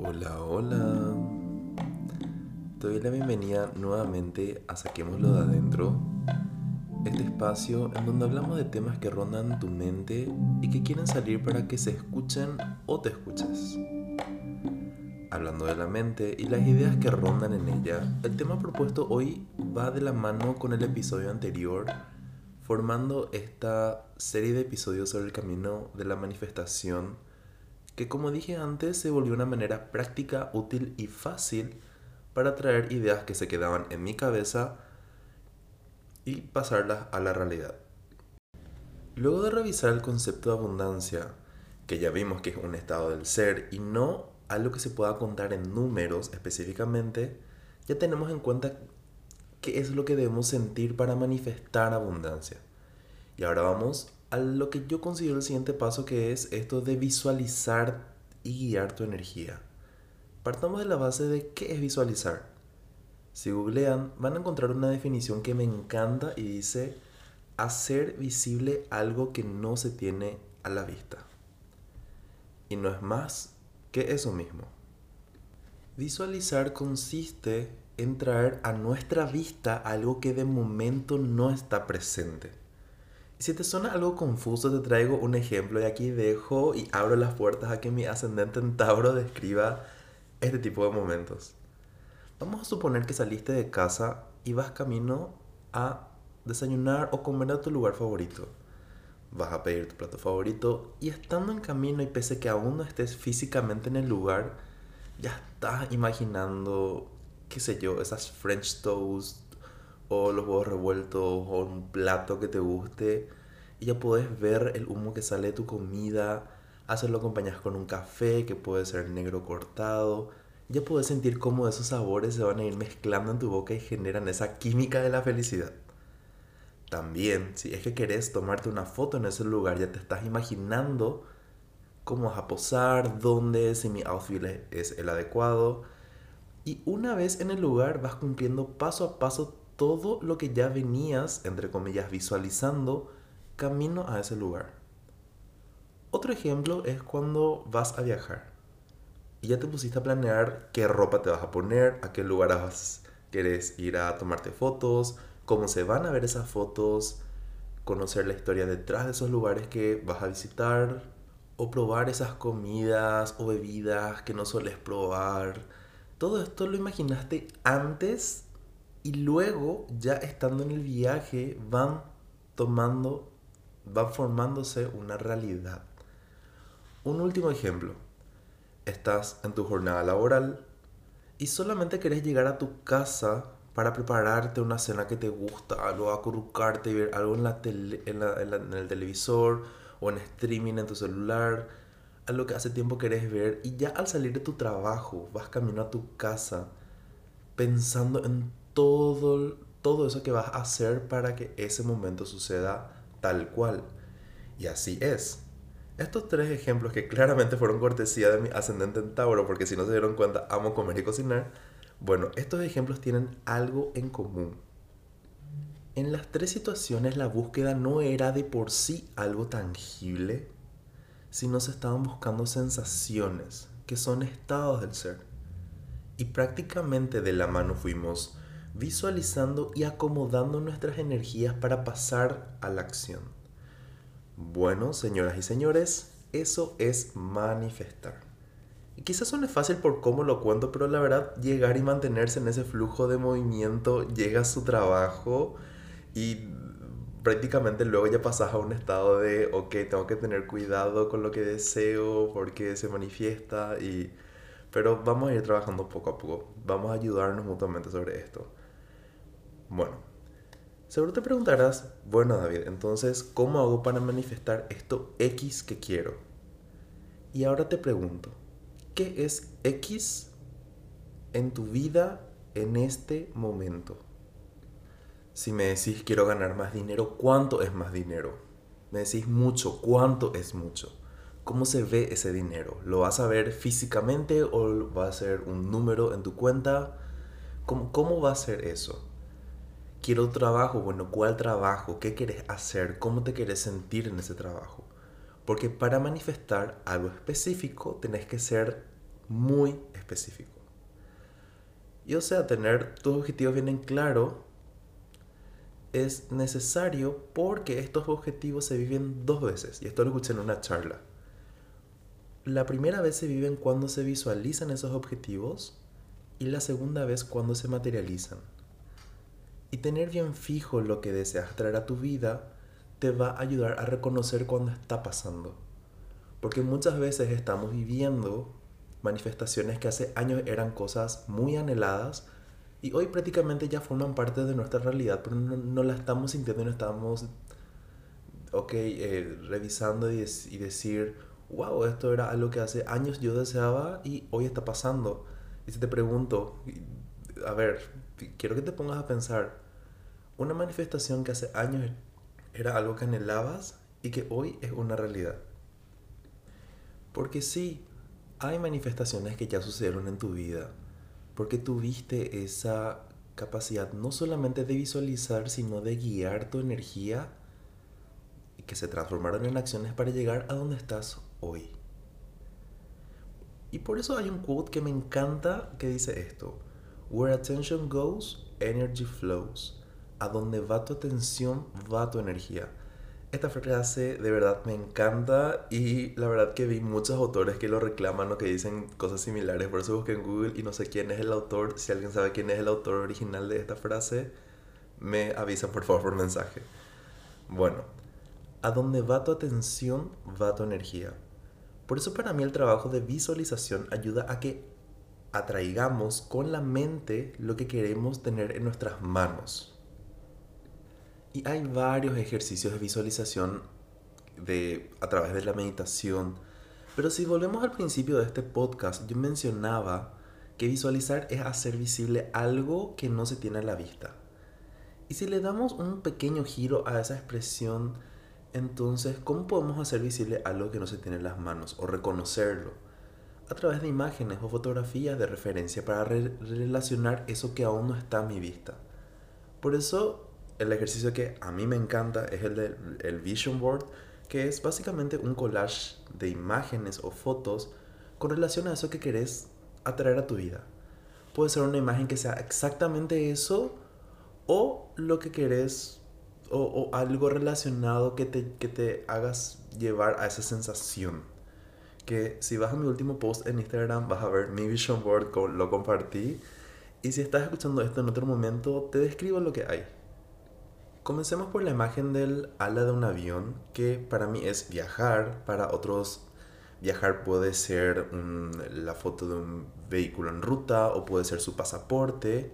Hola, hola. Te doy la bienvenida nuevamente a Saquémoslo de Adentro, este espacio en donde hablamos de temas que rondan tu mente y que quieren salir para que se escuchen o te escuches. Hablando de la mente y las ideas que rondan en ella, el tema propuesto hoy va de la mano con el episodio anterior, formando esta serie de episodios sobre el camino de la manifestación que, como dije antes, se volvió una manera práctica, útil y fácil para traer ideas que se quedaban en mi cabeza y pasarlas a la realidad. Luego de revisar el concepto de abundancia, que ya vimos que es un estado del ser y no algo que se pueda contar en números específicamente, ya tenemos en cuenta qué es lo que debemos sentir para manifestar abundancia. Y ahora vamos a lo que yo considero el siguiente paso, que es esto de visualizar y guiar tu energía. Partamos de la base de qué es visualizar. Si googlean, van a encontrar una definición que me encanta y dice: hacer visible algo que no se tiene a la vista. Y no es más que eso mismo. Visualizar consiste en traer a nuestra vista algo que de momento no está presente. Y si te suena algo confuso, te traigo un ejemplo y aquí dejo y abro las puertas a que mi ascendente en Tauro describa este tipo de momentos. Vamos a suponer que saliste de casa y vas camino a desayunar o comer a tu lugar favorito. Vas a pedir tu plato favorito y estando en camino, y pese que aún no estés físicamente en el lugar, ya estás imaginando, qué sé yo, esas French toast o los huevos revueltos o un plato que te guste, y ya podés ver el humo que sale de tu comida. Hacerlo acompañas con un café que puede ser negro cortado. Ya puedes sentir cómo esos sabores se van a ir mezclando en tu boca y generan esa química de la felicidad. También, si es que querés tomarte una foto en ese lugar, ya te estás imaginando cómo vas a posar, dónde, si mi outfit es el adecuado. Y una vez en el lugar vas cumpliendo paso a paso todo lo que ya venías, entre comillas, visualizando camino a ese lugar. Otro ejemplo es cuando vas a viajar y ya te pusiste a planear qué ropa te vas a poner, a qué lugar quieres ir a tomarte fotos, cómo se van a ver esas fotos, conocer la historia detrás de esos lugares que vas a visitar, o probar esas comidas o bebidas que no sueles probar. Todo esto lo imaginaste antes y luego, ya estando en el viaje, tomando, van formándose una realidad. Un último ejemplo. Estás en tu jornada laboral y solamente querés llegar a tu casa para prepararte una cena que te gusta, algo, acurrucarte y ver algo en el televisor o en streaming en tu celular, algo que hace tiempo querés ver, y ya al salir de tu trabajo vas camino a tu casa pensando en todo eso que vas a hacer para que ese momento suceda tal cual. Y así es. Estos tres ejemplos, que claramente fueron cortesía de mi ascendente en Tauro, porque si no se dieron cuenta, amo comer y cocinar. Bueno, estos ejemplos tienen algo en común. En las tres situaciones la búsqueda no era de por sí algo tangible, sino se estaban buscando sensaciones, que son estados del ser. Y prácticamente de la mano fuimos visualizando y acomodando nuestras energías para pasar a la acción. Bueno, señoras y señores, eso es manifestar. Y quizás suene fácil por cómo lo cuento, pero la verdad, llegar y mantenerse en ese flujo de movimiento, llega a su trabajo y prácticamente luego ya pasas a un estado de, ok, tengo que tener cuidado con lo que deseo porque se manifiesta y... Pero vamos a ir trabajando poco a poco, vamos a ayudarnos mutuamente sobre esto. Bueno, seguro te preguntarás, bueno David, entonces, ¿cómo hago para manifestar esto X que quiero? Y ahora te pregunto, ¿qué es X en tu vida en este momento? Si me decís quiero ganar más dinero, ¿cuánto es más dinero? Me decís mucho, ¿cuánto es mucho? ¿Cómo se ve ese dinero? ¿Lo vas a ver físicamente o va a ser un número en tu cuenta? ¿Cómo va a ser eso? Quiero trabajo, bueno, ¿cuál trabajo? ¿Qué quieres hacer? ¿Cómo te quieres sentir en ese trabajo? Porque para manifestar algo específico tenés que ser muy específico. Y o sea, tener tus objetivos bien en claro es necesario porque estos objetivos se viven dos veces. Y esto lo escuché en una charla. La primera vez se viven cuando se visualizan esos objetivos y la segunda vez cuando se materializan. Y tener bien fijo lo que deseas traer a tu vida te va a ayudar a reconocer cuando está pasando. Porque muchas veces estamos viviendo manifestaciones que hace años eran cosas muy anheladas y hoy prácticamente ya forman parte de nuestra realidad, pero no la estamos sintiendo y no estamos revisando y decir, wow, esto era algo que hace años yo deseaba y hoy está pasando. Y si te pregunto, a ver, quiero que te pongas a pensar, una manifestación que hace años era algo que anhelabas y que hoy es una realidad. Porque sí, hay manifestaciones que ya sucedieron en tu vida, porque tuviste esa capacidad no solamente de visualizar, sino de guiar tu energía y que se transformaron en acciones para llegar a donde estás hoy. Y por eso hay un quote que me encanta que dice esto: Where attention goes, energy flows. A donde va tu atención, va tu energía. Esta frase de verdad me encanta y la verdad que vi muchos autores que lo reclaman o que dicen cosas similares. Por eso busqué en Google y no sé quién es el autor. Si alguien sabe quién es el autor original de esta frase, me avisa por favor por mensaje. Bueno, a donde va tu atención, va tu energía. Por eso para mí el trabajo de visualización ayuda a que atraigamos con la mente lo que queremos tener en nuestras manos. Y hay varios ejercicios de visualización a través de la meditación. Pero si volvemos al principio de este podcast, yo mencionaba que visualizar es hacer visible algo que no se tiene a la vista. Y si le damos un pequeño giro a esa expresión, entonces, ¿cómo podemos hacer visible algo que no se tiene en las manos o reconocerlo? A través de imágenes o fotografías de referencia para relacionar eso que aún no está a mi vista. Por eso, el ejercicio que a mí me encanta es el Vision Board, que es básicamente un collage de imágenes o fotos con relación a eso que querés atraer a tu vida. Puede ser una imagen que sea exactamente eso o lo que querés o algo relacionado que te hagas llevar a esa sensación. Que si vas a mi último post en Instagram vas a ver mi vision board, lo compartí. Y si estás escuchando esto en otro momento, te describo lo que hay. Comencemos por la imagen del ala de un avión, que para mí es viajar, para otros viajar puede ser la foto de un vehículo en ruta o puede ser su pasaporte.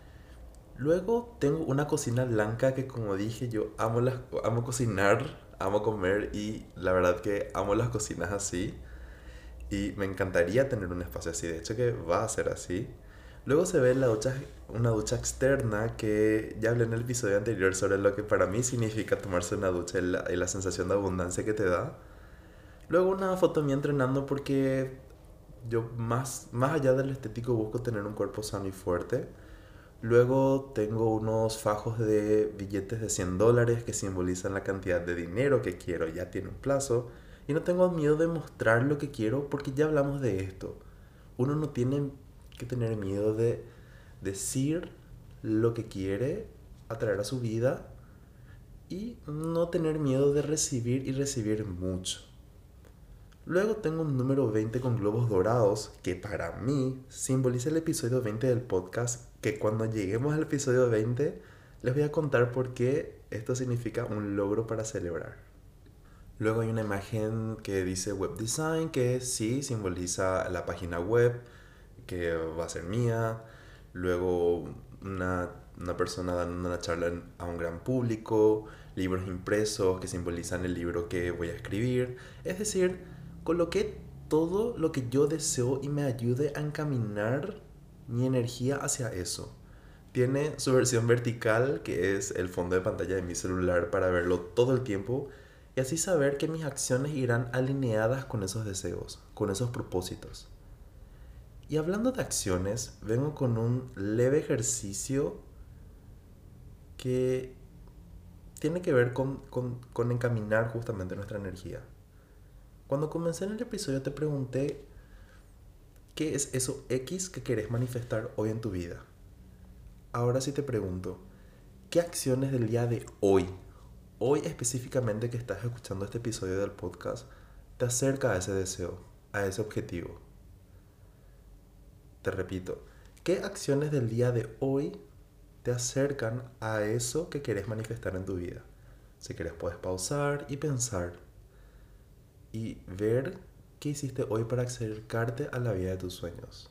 Luego tengo una cocina blanca que, como dije, yo amo cocinar, amo comer y la verdad que amo las cocinas así. Y me encantaría tener un espacio así, de hecho que va a ser así. Luego se ve una ducha externa que ya hablé en el episodio anterior sobre lo que para mí significa tomarse una ducha y la sensación de abundancia que te da. Luego una foto mía entrenando porque yo más allá del estético busco tener un cuerpo sano y fuerte. Luego tengo unos fajos de billetes de $100 que simbolizan la cantidad de dinero que quiero, ya tiene un plazo. Y no tengo miedo de mostrar lo que quiero porque ya hablamos de esto. Uno no tiene que tener miedo de decir lo que quiere atraer a su vida y no tener miedo de recibir y recibir mucho. Luego tengo un número 20 con globos dorados que para mí simboliza el episodio 20 del podcast, que cuando lleguemos al episodio 20 les voy a contar por qué esto significa un logro para celebrar. Luego hay una imagen que dice web design, que sí simboliza la página web que va a ser mía. Luego una persona dando una charla a un gran público, libros impresos que simbolizan el libro que voy a escribir. Es decir, coloqué todo lo que yo deseo y me ayude a encaminar mi energía hacia eso. Tiene su versión vertical, que es el fondo de pantalla de mi celular para verlo todo el tiempo y así saber que mis acciones irán alineadas con esos deseos, con esos propósitos. Y hablando de acciones, vengo con un leve ejercicio que tiene que ver con encaminar justamente nuestra energía. Cuando comencé en el episodio te pregunté ¿Qué es eso X que querés manifestar hoy en tu vida? Ahora sí te pregunto, ¿qué acciones del día de hoy específicamente que estás escuchando este episodio del podcast, te acerca a ese deseo, a ese objetivo? Te repito, ¿qué acciones del día de hoy te acercan a eso que querés manifestar en tu vida? Si querés puedes pausar y pensar y ver qué hiciste hoy para acercarte a la vida de tus sueños.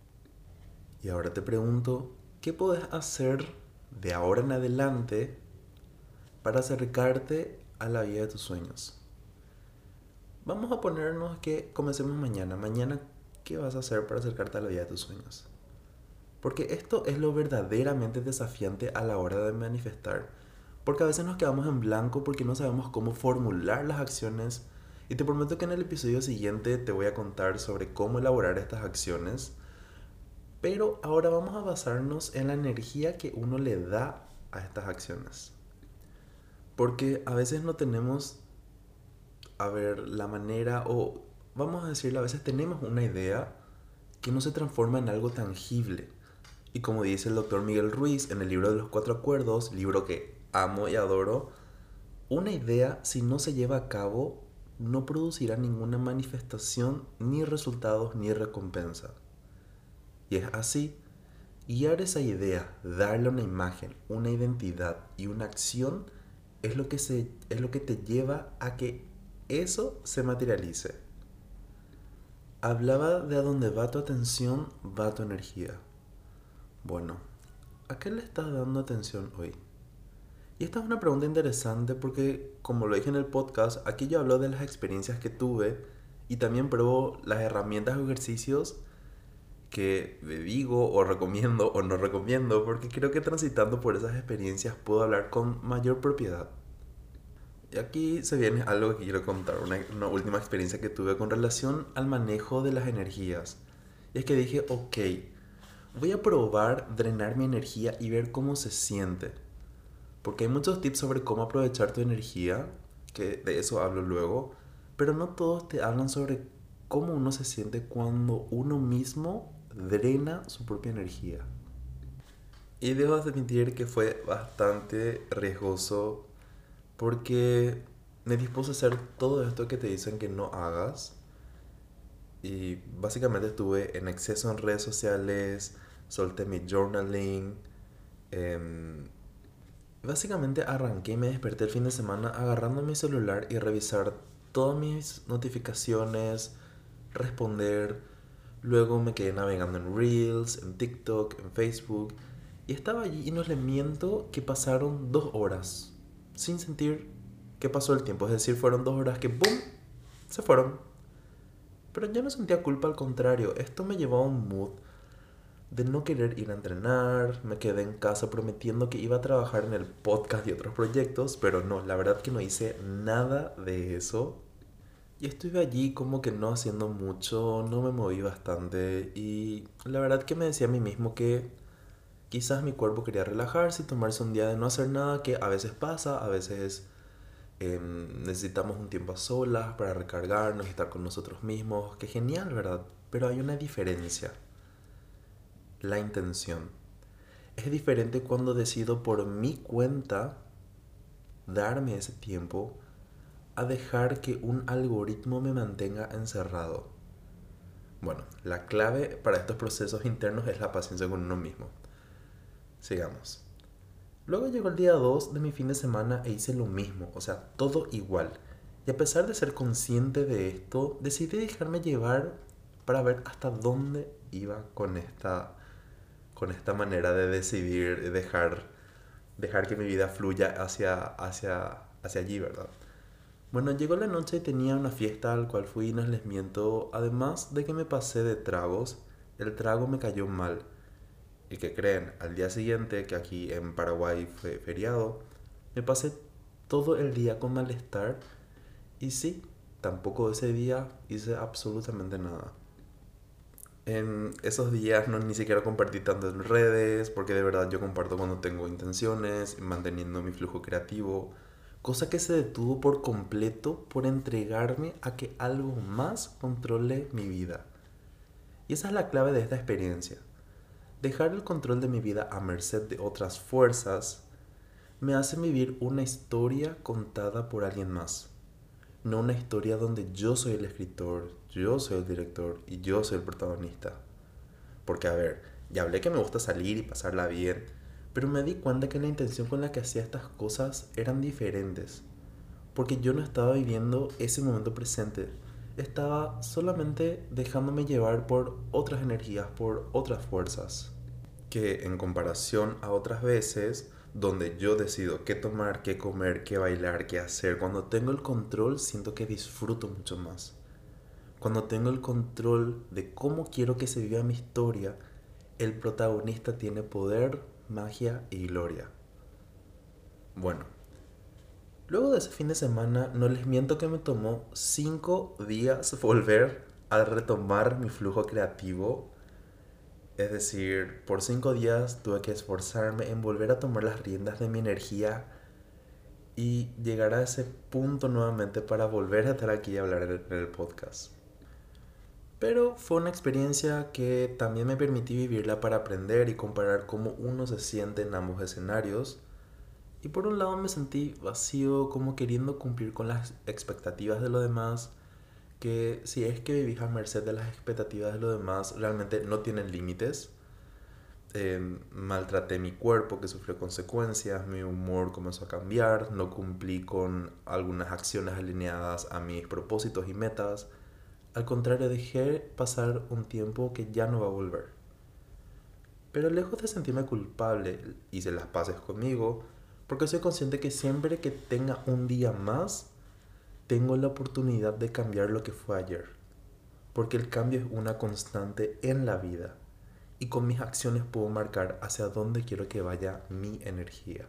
Y ahora te pregunto, ¿qué podés hacer de ahora en adelante para acercarte a la vida de tus sueños? Vamos a ponernos que comencemos mañana. Mañana, ¿qué vas a hacer para acercarte a la vida de tus sueños? Porque esto es lo verdaderamente desafiante a la hora de manifestar. Porque a veces nos quedamos en blanco porque no sabemos cómo formular las acciones. Y te prometo que en el episodio siguiente te voy a contar sobre cómo elaborar estas acciones. Pero ahora vamos a basarnos en la energía que uno le da a estas acciones. Porque a veces no tenemos, la manera, o vamos a decirlo, a veces tenemos una idea que no se transforma en algo tangible. Y como dice el doctor Miguel Ruiz en el libro de los 4 acuerdos, libro que amo y adoro, una idea si no se lleva a cabo no producirá ninguna manifestación, ni resultados, ni recompensa. Y es así, guiar esa idea, darle una imagen, una identidad y una acción es lo que te lleva a que eso se materialice. Hablaba de a dónde va tu atención, va tu energía. Bueno, ¿a qué le estás dando atención hoy? Y esta es una pregunta interesante porque, como lo dije en el podcast, aquí yo hablo de las experiencias que tuve y también pruebo las herramientas o ejercicios que digo o recomiendo o no recomiendo, porque creo que transitando por esas experiencias puedo hablar con mayor propiedad. Y aquí se viene algo que quiero contar, una última experiencia que tuve con relación al manejo de las energías. Y es que dije, ok, voy a probar drenar mi energía y ver cómo se siente. Porque hay muchos tips sobre cómo aprovechar tu energía, que de eso hablo luego, pero no todos te hablan sobre cómo uno se siente cuando uno mismo drena su propia energía. Y debo admitir que fue bastante riesgoso porque me dispuse a hacer todo esto que te dicen que no hagas. Y básicamente estuve en exceso en redes sociales, solté mi journaling. Básicamente arranqué y me desperté el fin de semana agarrando mi celular y revisar todas mis notificaciones, responder. Luego me quedé navegando en Reels, en TikTok, en Facebook. Y estaba allí y no les miento que pasaron 2 horas sin sentir que pasó el tiempo. Es decir, fueron 2 horas que ¡boom! Se fueron. Pero yo no sentía culpa, al contrario. Esto me llevó a un mood de no querer ir a entrenar. Me quedé en casa prometiendo que iba a trabajar en el podcast y otros proyectos, pero no, la verdad que no hice nada de eso. Y estuve allí como que no haciendo mucho, no me moví bastante y la verdad que me decía a mí mismo que quizás mi cuerpo quería relajarse y tomarse un día de no hacer nada, que a veces pasa, a veces necesitamos un tiempo a solas para recargarnos y estar con nosotros mismos, que genial, ¿verdad? Pero hay una diferencia, la intención. Es diferente cuando decido por mi cuenta darme ese tiempo a dejar que un algoritmo me mantenga encerrado. Bueno, la clave para estos procesos internos es la paciencia con uno mismo. Sigamos. Luego llegó el día 2 de mi fin de semana e hice lo mismo, o sea, todo igual. Y a pesar de ser consciente de esto, decidí dejarme llevar para ver hasta dónde iba con esta manera de decidir, dejar que mi vida fluya hacia allí, ¿verdad? Bueno, llegó la noche y tenía una fiesta al cual fui y no les miento. Además de que me pasé de tragos, el trago me cayó mal. ¿Y qué creen? Al día siguiente, que aquí en Paraguay fue feriado, me pasé todo el día con malestar y sí, tampoco ese día hice absolutamente nada. En esos días no ni siquiera compartí tanto en redes, porque de verdad yo comparto cuando tengo intenciones, manteniendo mi flujo creativo, cosa que se detuvo por completo por entregarme a que algo más controle mi vida. Y esa es la clave de esta experiencia. Dejar el control de mi vida a merced de otras fuerzas me hace vivir una historia contada por alguien más. No una historia donde yo soy el escritor, yo soy el director y yo soy el protagonista. Porque a ver, ya hablé que me gusta salir y pasarla bien, pero me di cuenta que la intención con la que hacía estas cosas eran diferentes. Porque yo no estaba viviendo ese momento presente. Estaba solamente dejándome llevar por otras energías, por otras fuerzas. Que en comparación a otras veces, donde yo decido qué tomar, qué comer, qué bailar, qué hacer, cuando tengo el control siento que disfruto mucho más. Cuando tengo el control de cómo quiero que se viva mi historia, el protagonista tiene poder, magia y gloria. Bueno, luego de ese fin de semana, no les miento que me tomó 5 días volver a retomar mi flujo creativo. Es decir, por 5 días tuve que esforzarme en volver a tomar las riendas de mi energía y llegar a ese punto nuevamente para volver a estar aquí y hablar en el podcast. Pero fue una experiencia que también me permití vivirla para aprender y comparar cómo uno se siente en ambos escenarios. Y por un lado me sentí vacío, como queriendo cumplir con las expectativas de los demás, que si es que vivís a merced de las expectativas de los demás, realmente no tienen límites. Maltraté mi cuerpo que sufrió consecuencias, mi humor comenzó a cambiar, no cumplí con algunas acciones alineadas a mis propósitos y metas. Al contrario, dejé pasar un tiempo que ya no va a volver. Pero lejos de sentirme culpable, hice las paces conmigo, porque soy consciente que siempre que tenga un día más, tengo la oportunidad de cambiar lo que fue ayer. Porque el cambio es una constante en la vida. Y con mis acciones puedo marcar hacia dónde quiero que vaya mi energía.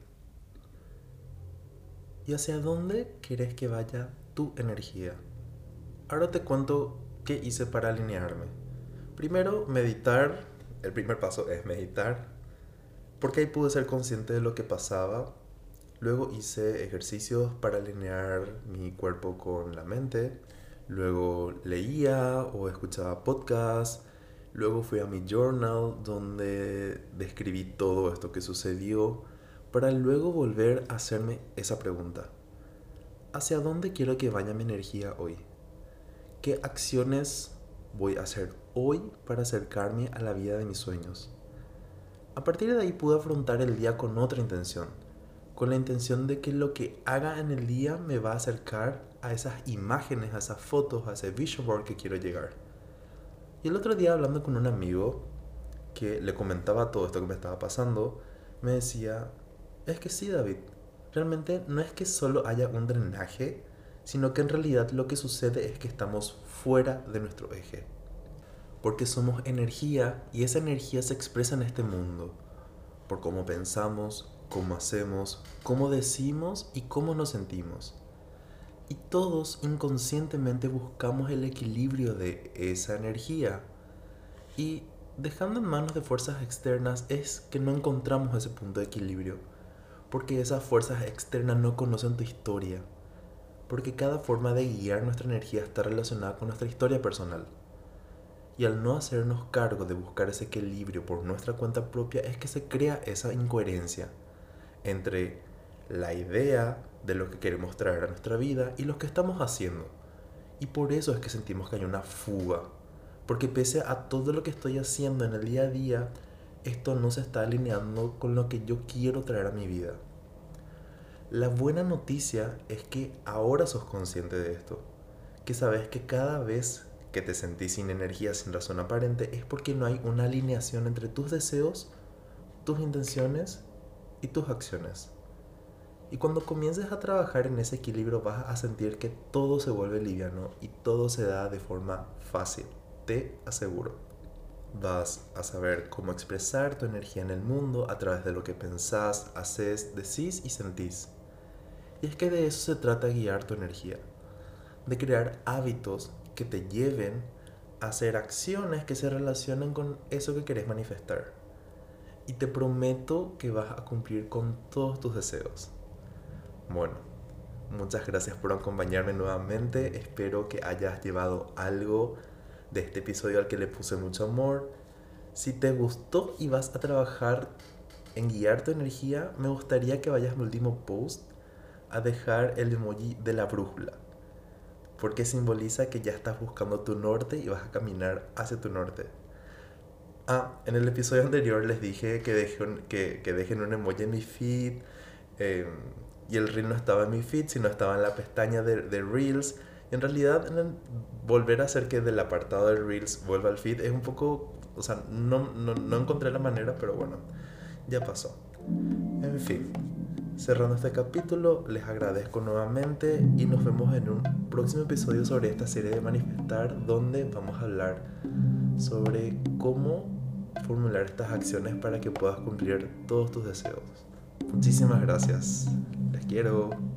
¿Y hacia dónde quieres que vaya tu energía? Ahora te cuento qué hice para alinearme. Primero, meditar. El primer paso es meditar, porque ahí pude ser consciente de lo que pasaba. Luego hice ejercicios para alinear mi cuerpo con la mente. Luego leía o escuchaba podcasts. Luego fui a mi journal donde describí todo esto que sucedió para luego volver a hacerme esa pregunta. ¿Hacia dónde quiero que vaya mi energía hoy? ¿Qué acciones voy a hacer hoy para acercarme a la vida de mis sueños? A partir de ahí pude afrontar el día con otra intención, con la intención de que lo que haga en el día me va a acercar a esas imágenes, a esas fotos, a ese vision board que quiero llegar. Y el otro día hablando con un amigo que le comentaba todo esto que me estaba pasando, me decía, es que sí, David, realmente no es que solo haya un drenaje, sino que en realidad lo que sucede es que estamos fuera de nuestro eje. Porque somos energía y esa energía se expresa en este mundo, por cómo pensamos, cómo hacemos, cómo decimos y cómo nos sentimos. Y todos inconscientemente buscamos el equilibrio de esa energía. Y dejando en manos de fuerzas externas es que no encontramos ese punto de equilibrio, porque esas fuerzas externas no conocen tu historia, porque cada forma de guiar nuestra energía está relacionada con nuestra historia personal. Y al no hacernos cargo de buscar ese equilibrio por nuestra cuenta propia es que se crea esa incoherencia entre la idea de lo que queremos traer a nuestra vida y lo que estamos haciendo. Y por eso es que sentimos que hay una fuga. Porque pese a todo lo que estoy haciendo en el día a día, esto no se está alineando con lo que yo quiero traer a mi vida. La buena noticia es que ahora sos consciente de esto. Que sabes que cada vez que te sentís sin energía, sin razón aparente, es porque no hay una alineación entre tus deseos, tus intenciones y tus acciones. Y cuando comiences a trabajar en ese equilibrio vas a sentir que todo se vuelve liviano y todo se da de forma fácil, te aseguro. Vas a saber cómo expresar tu energía en el mundo a través de lo que pensás, haces, decís y sentís. Y es que de eso se trata guiar tu energía, de crear hábitos que te lleven a hacer acciones que se relacionen con eso que querés manifestar. Y te prometo que vas a cumplir con todos tus deseos. Bueno, muchas gracias por acompañarme nuevamente. Espero que hayas llevado algo de este episodio al que le puse mucho amor. Si te gustó y vas a trabajar en guiar tu energía, me gustaría que vayas a mi último post a dejar el emoji de la brújula, porque simboliza que ya estás buscando tu norte y vas a caminar hacia tu norte. En el episodio anterior les dije que dejen un emoji en mi feed, eh, y el reel no estaba en mi feed, sino estaba en la pestaña de Reels. Y en realidad, volver a hacer que del apartado de Reels vuelva al feed es un poco... O sea, no encontré la manera, pero bueno, ya pasó. En fin, cerrando este capítulo, les agradezco nuevamente y nos vemos en un próximo episodio sobre esta serie de Manifestar, donde vamos a hablar sobre cómo formular estas acciones para que puedas cumplir todos tus deseos. Muchísimas gracias. Les quiero.